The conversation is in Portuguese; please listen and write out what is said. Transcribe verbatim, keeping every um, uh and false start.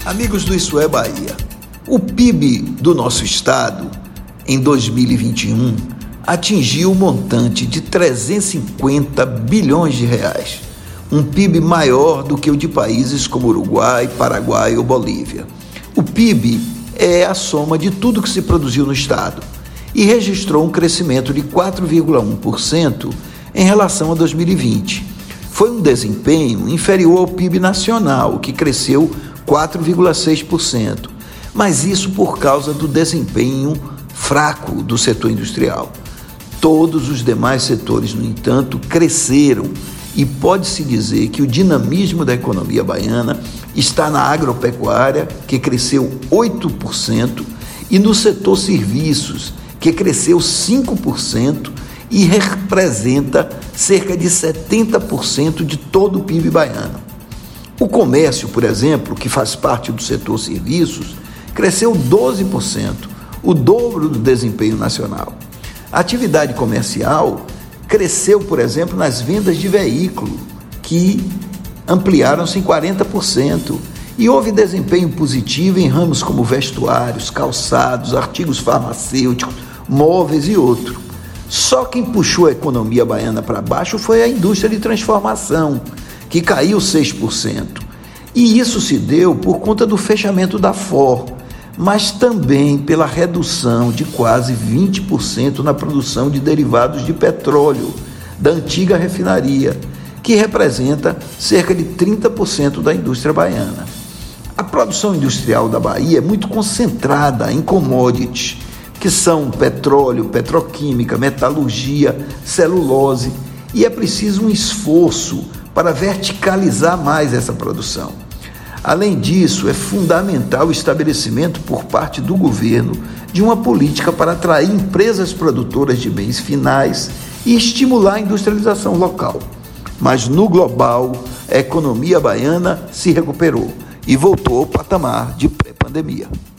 Amigos do Isso é Bahia, o P I B do nosso estado, em dois mil e vinte e um, atingiu o montante de trezentos e cinquenta bilhões de reais, um P I B maior do que o de países como Uruguai, Paraguai ou Bolívia. O P I B é a soma de tudo que se produziu no estado e registrou um crescimento de quatro vírgula um por cento em relação a dois mil e vinte. Foi um desempenho inferior ao P I B nacional, que cresceu quatro vírgula seis por cento, mas isso por causa do desempenho fraco do setor industrial. Todos os demais setores, no entanto, cresceram e pode-se dizer que o dinamismo da economia baiana está na agropecuária, que cresceu oito por cento, e no setor serviços, que cresceu cinco por cento e representa cerca de setenta por cento de todo o P I B baiano. O comércio, por exemplo, que faz parte do setor serviços, cresceu doze por cento, o dobro do desempenho nacional. A atividade comercial cresceu, por exemplo, nas vendas de veículo, que ampliaram-se em quarenta por cento, e houve desempenho positivo em ramos como vestuários, calçados, artigos farmacêuticos, móveis e outros. Só quem puxou a economia baiana para baixo foi a indústria de transformação, que caiu seis por cento. E isso se deu por conta do fechamento da F O R, mas também pela redução de quase vinte por cento na produção de derivados de petróleo da antiga refinaria, que representa cerca de trinta por cento da indústria baiana. A produção industrial da Bahia é muito concentrada em commodities, que são petróleo, petroquímica, metalurgia, celulose, e é preciso um esforço para verticalizar mais essa produção. Além disso, é fundamental o estabelecimento por parte do governo de uma política para atrair empresas produtoras de bens finais e estimular a industrialização local. Mas no global, a economia baiana se recuperou e voltou ao patamar de pré-pandemia.